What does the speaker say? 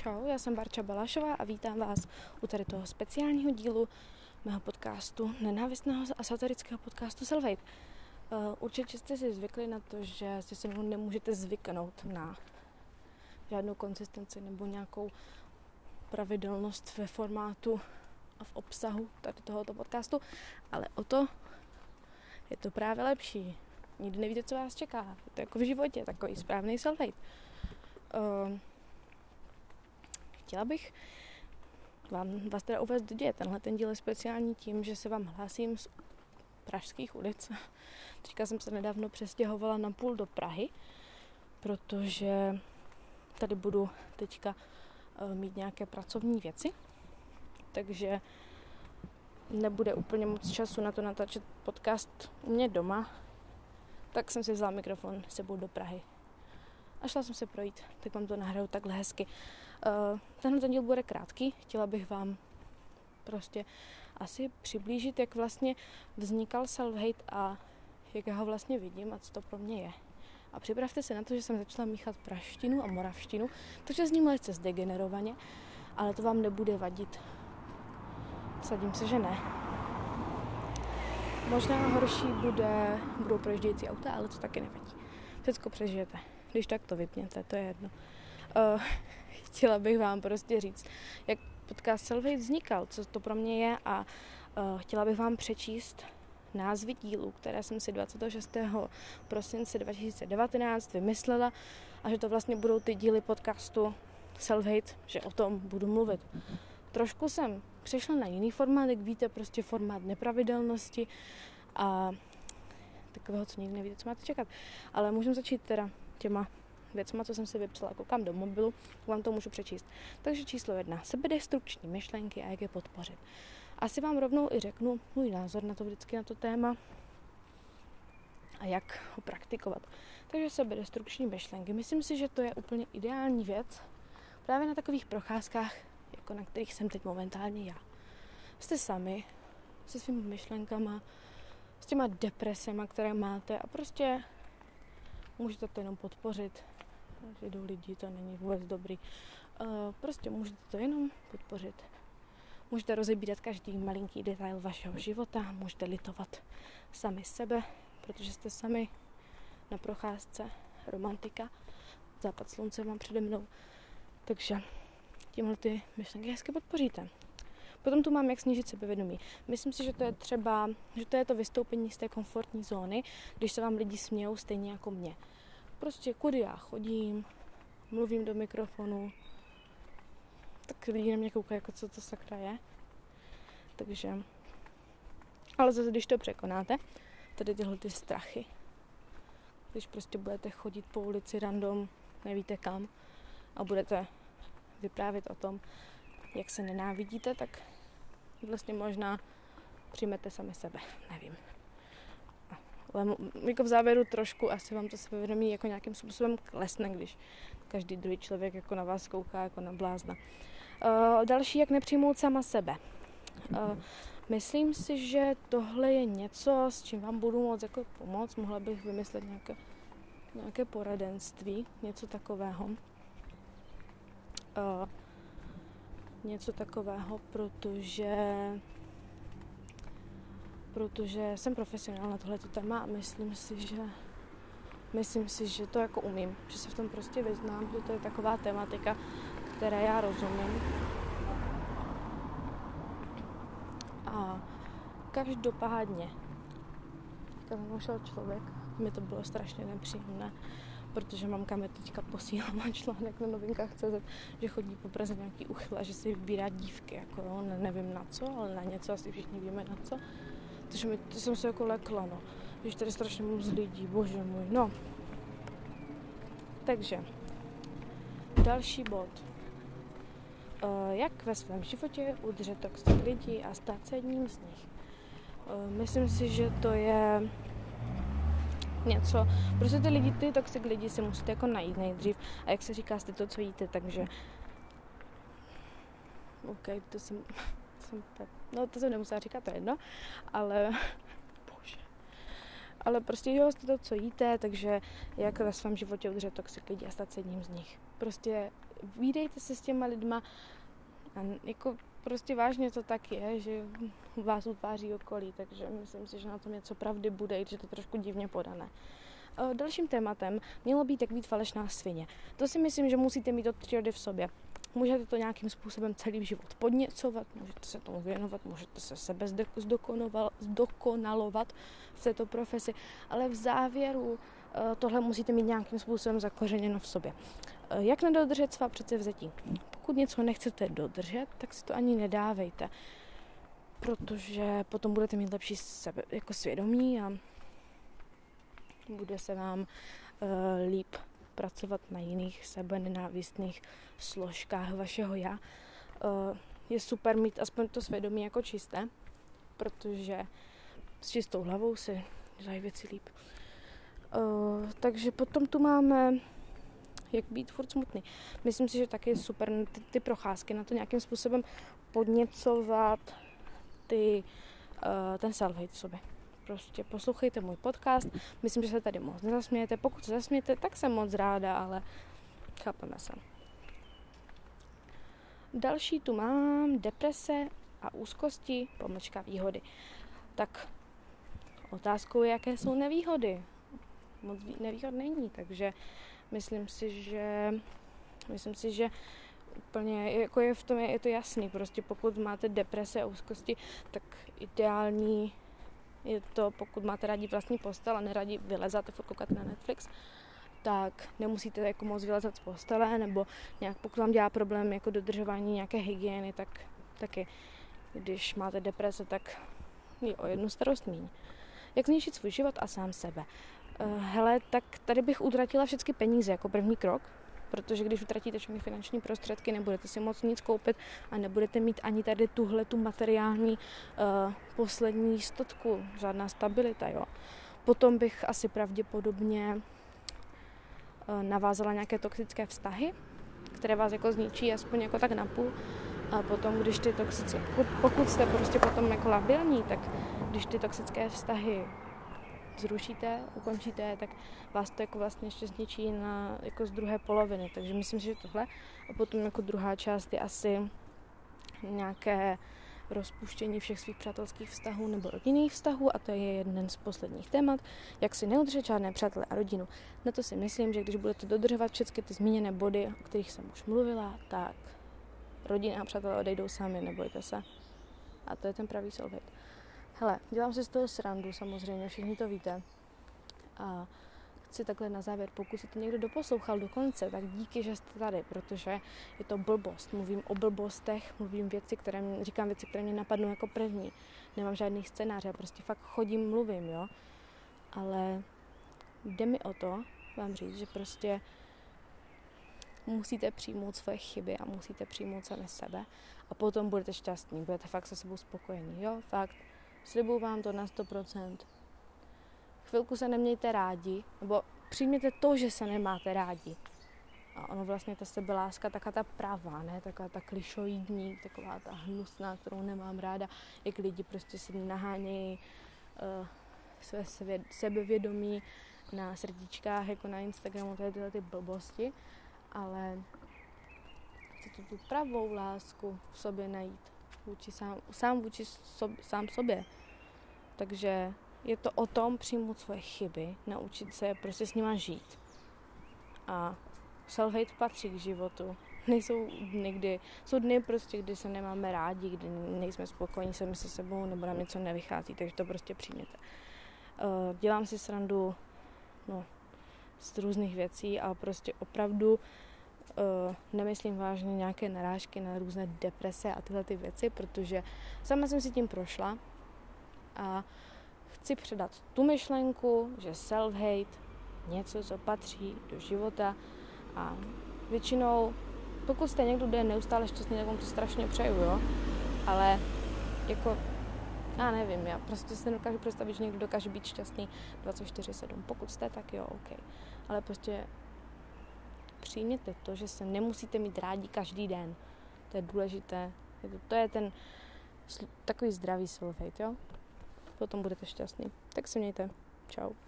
Čau, já jsem Barča Balašová a vítám vás u tady toho speciálního dílu mého podcastu, nenávistného a satirického podcastu Self-Hate. Určitě jste si zvykli na to, že si se mnou nemůžete zvyknout na žádnou konzistenci nebo nějakou pravidelnost ve formátu a v obsahu tady tohoto podcastu, ale o to je to právě lepší. Nikdy nevíte, co vás čeká. Je to jako v životě, takový správný self-hate. Chtěla bych vás teda uvést do děje. Tenhle ten díl je speciální tím, že se vám hlásím z pražských ulic. Teďka jsem se nedávno přestěhovala na půl do Prahy, protože tady budu teďka mít nějaké pracovní věci, takže nebude úplně moc času na to natáčet podcast u mě doma, tak jsem si vzala mikrofon s sebou do Prahy. A šla jsem se projít, tak vám to nahraju takhle hezky. Tenhle ten díl bude krátký, chtěla bych vám prostě asi přiblížit, jak vlastně vznikal self-hate a jak já ho vlastně vidím a co to pro mě je. A připravte se na to, že jsem začala míchat praštinu a moravštinu, takže zním lehce zdegenerovaně, ale to vám nebude vadit. Sadím se, že ne. Možná horší budou projíždějící auta, ale to taky nevadí. Všecko přežijete. Když tak to vypněte, to je jedno. Chtěla bych vám prostě říct, jak podcast Self-Hate vznikal, co to pro mě je a chtěla bych vám přečíst názvy dílů, které jsem si 26. prosince 2019 vymyslela a že to vlastně budou ty díly podcastu Self-Hate, že o tom budu mluvit. Trošku jsem přešla na jiný formát, jak víte, prostě formát nepravidelnosti a takového, co nikdy nevíte, co máte čekat. Ale můžeme začít teda těma věcma, co jsem si vypsala. Koukám do mobilu, vám to můžu přečíst. Takže číslo 1. Sebedestrukční myšlenky a jak je podpořit. Asi vám rovnou i řeknu můj názor na to vždycky, na to téma a jak ho praktikovat. Takže sebedestrukční myšlenky. Myslím si, že to je úplně ideální věc právě na takových procházkách, jako na kterých jsem teď momentálně já. Jste sami se svými myšlenkama, s těma depresema, které máte a prostě můžete to jenom podpořit. Že jdou lidi, to není vůbec dobrý. Prostě můžete to jenom podpořit. Můžete rozebírat každý malinký detail vašeho života, můžete litovat sami sebe, protože jste sami na procházce, romantika, západ slunce mám přede mnou. Takže tímhle ty myšlenky hezky podpoříte. Potom tu mám, jak snížit sebevědomí. Myslím si, že to je třeba, že to je to vystoupení z té komfortní zóny, když se vám lidi smějou stejně jako mě. Prostě kudy já chodím, mluvím do mikrofonu, tak lidi na mě koukají, jako co to sakra je. Takže, ale zase, když to překonáte, tady tyhle ty strachy, když prostě budete chodit po ulici random, nevíte kam, a budete vyprávět o tom, jak se nenávidíte, tak vlastně možná přijmete sami sebe, nevím. Ale jako v závěru trošku asi vám to sebevědomí jako nějakým způsobem klesne, když každý druhý člověk jako na vás kouká jako na blázna. Další, jak nepřijmout sama sebe. Myslím si, že tohle je něco, s čím vám budu moct jako pomoct. Mohla bych vymyslet nějaké poradenství, něco takového. Protože jsem profesionál na tohleto téma a myslím si, že to jako umím, že se v tom prostě vyznám, že to je taková tematika, které já rozumím. A každopádně, tam ušel člověk, mi to bylo strašně nepříjemné, protože mamka mi teďka posílala článek na novinkách.cz, že chodí po Praze nějaký uchyl a že si vybírá dívky, jako jo, nevím na co, ale na něco, asi všichni víme na co. Takže to jsem se jako lekla, no. Když tady strašně moc lidí, bože můj, no. Takže, další bod. Jak ve svém životě udržet toxic lidi a stát se jedním z nich. Myslím si, že to je něco, prostě ty toxic lidi si musíte jako najít nejdřív a jak se říká, jste to, co jíte, takže to jsem nemusela říkat, to je jedno, ale prostě jo, jste to, co jíte, takže jak ve svém životě udržet toxic lidi a stát se jedním z nich. Prostě vídejte se s těma lidma a jako prostě vážně to tak je, že vás utváří okolí, takže myslím si, že na tom něco pravdy bude, i když je to trošku divně podané. Dalším tématem mělo být, jak být falešná svině. To si myslím, že musíte mít od přírody v sobě. Můžete to nějakým způsobem celý život podněcovat, můžete se tomu věnovat, můžete se sebe zdokonalovat v této profesi, ale v závěru tohle musíte mít nějakým způsobem zakořeněno v sobě. Jak nedodržet svá předsevzetí? Pokud něco nechcete dodržet, tak si to ani nedávejte, protože potom budete mít lepší jako svědomí a bude se vám líp pracovat na jiných sebenenávistných složkách vašeho já. Je super mít aspoň to svědomí jako čisté, protože s čistou hlavou se dělají věci líp. Takže potom tu máme jak být furt smutný. Myslím si, že taky je super ty procházky na to nějakým způsobem podněcovat ten self-hate v sobě. Prostě poslouchejte můj podcast, myslím, že se tady moc nezasmějete. Pokud se zasmějete, tak jsem moc ráda, ale chápeme se. Další tu mám deprese a úzkosti, výhody. Tak otázkou je, jaké jsou nevýhody. Moc nevýhod není, takže myslím si, že úplně jako je v tom je to jasný. Prostě pokud máte deprese a úzkosti, tak ideální je to, pokud máte rádi vlastní postel a neradi vylezáte, furt koukáte na Netflix, tak nemusíte jako moc vylezat z postele, nebo nějak, pokud vám dělá problém jako dodržování nějaké hygieny, tak taky, když máte deprese, tak je o jednu starost míň. Jak zničit svůj život a sám sebe? Hele, tak tady bych utratila všechny peníze jako první krok, protože když utratíte všechny finanční prostředky, nebudete si moc nic koupit a nebudete mít ani tady tu materiální poslední jistotku, žádná stabilita, jo. Potom bych asi pravděpodobně navázala nějaké toxické vztahy, které vás jako zničí aspoň jako tak napůl. A potom, když ty toxické, pokud jste prostě potom jako labilní, tak když ty toxické vztahy zrušíte, ukončíte, tak vás to jako vlastně ještě zničí jako z druhé poloviny. Takže myslím si, že tohle. A potom jako druhá část je asi nějaké rozpuštění všech svých přátelských vztahů nebo rodinných vztahů, a to je jeden z posledních témat, jak si neudržet žádné přátele a rodinu. Na to si myslím, že když budete dodržovat všechny ty zmíněné body, o kterých jsem už mluvila, tak rodina a přátelé odejdou sami, nebojte se. A to je ten pravý self-hate. Hele, dělám si z toho srandu, samozřejmě, všichni to víte. A chci takhle na závěr, pokud si to někdo doposlouchal do konce, tak díky, že jste tady, protože je to blbost. Mluvím o blbostech, říkám věci, které mě napadnou jako první. Nemám žádný scénář, já prostě fakt mluvím, jo. Ale jde mi o to vám říct, že prostě musíte přijmout svoje chyby a musíte přijmout sami sebe a potom budete šťastní, budete fakt se sebou spokojení, jo, fakt. Slibuju vám to na 100%. Chvilku se nemějte rádi, nebo přijměte to, že se nemáte rádi. A ono vlastně ta sebeláska, taková ta pravá, ne? Taková ta klišoidní, taková ta hnusná, kterou nemám ráda, jak lidi prostě si nahánějí své sebevědomí na srdíčkách, jako na Instagramu, tyhle ty blbosti, ale chcete tu pravou lásku v sobě najít, sám sobě. Takže je to o tom přijmout svoje chyby, naučit se prostě s nima žít. A self-hate patří k životu. Jsou dny prostě, kdy se nemáme rádi, kdy nejsme spokojení sami se sebou, nebo nám něco nevychází, takže to prostě přijměte. Dělám si srandu z různých věcí a prostě opravdu nemyslím vážně nějaké narážky na různé deprese a tyhle ty věci, protože sama jsem si tím prošla a chci předat tu myšlenku, že self-hate něco, co patří do života a většinou, pokud jste někdo, kdo je neustále šťastný, tak vám to strašně přeju, jo, ale jako, já nevím, já prostě si nedokážu představit, že někdo dokáže být šťastný 24/7, pokud jste, tak jo, OK, ale prostě přijměte to, že se nemusíte mít rádi každý den, to je důležité, to je ten takový zdravý self-hate, jo, potom budete šťastný, tak se mějte, čau.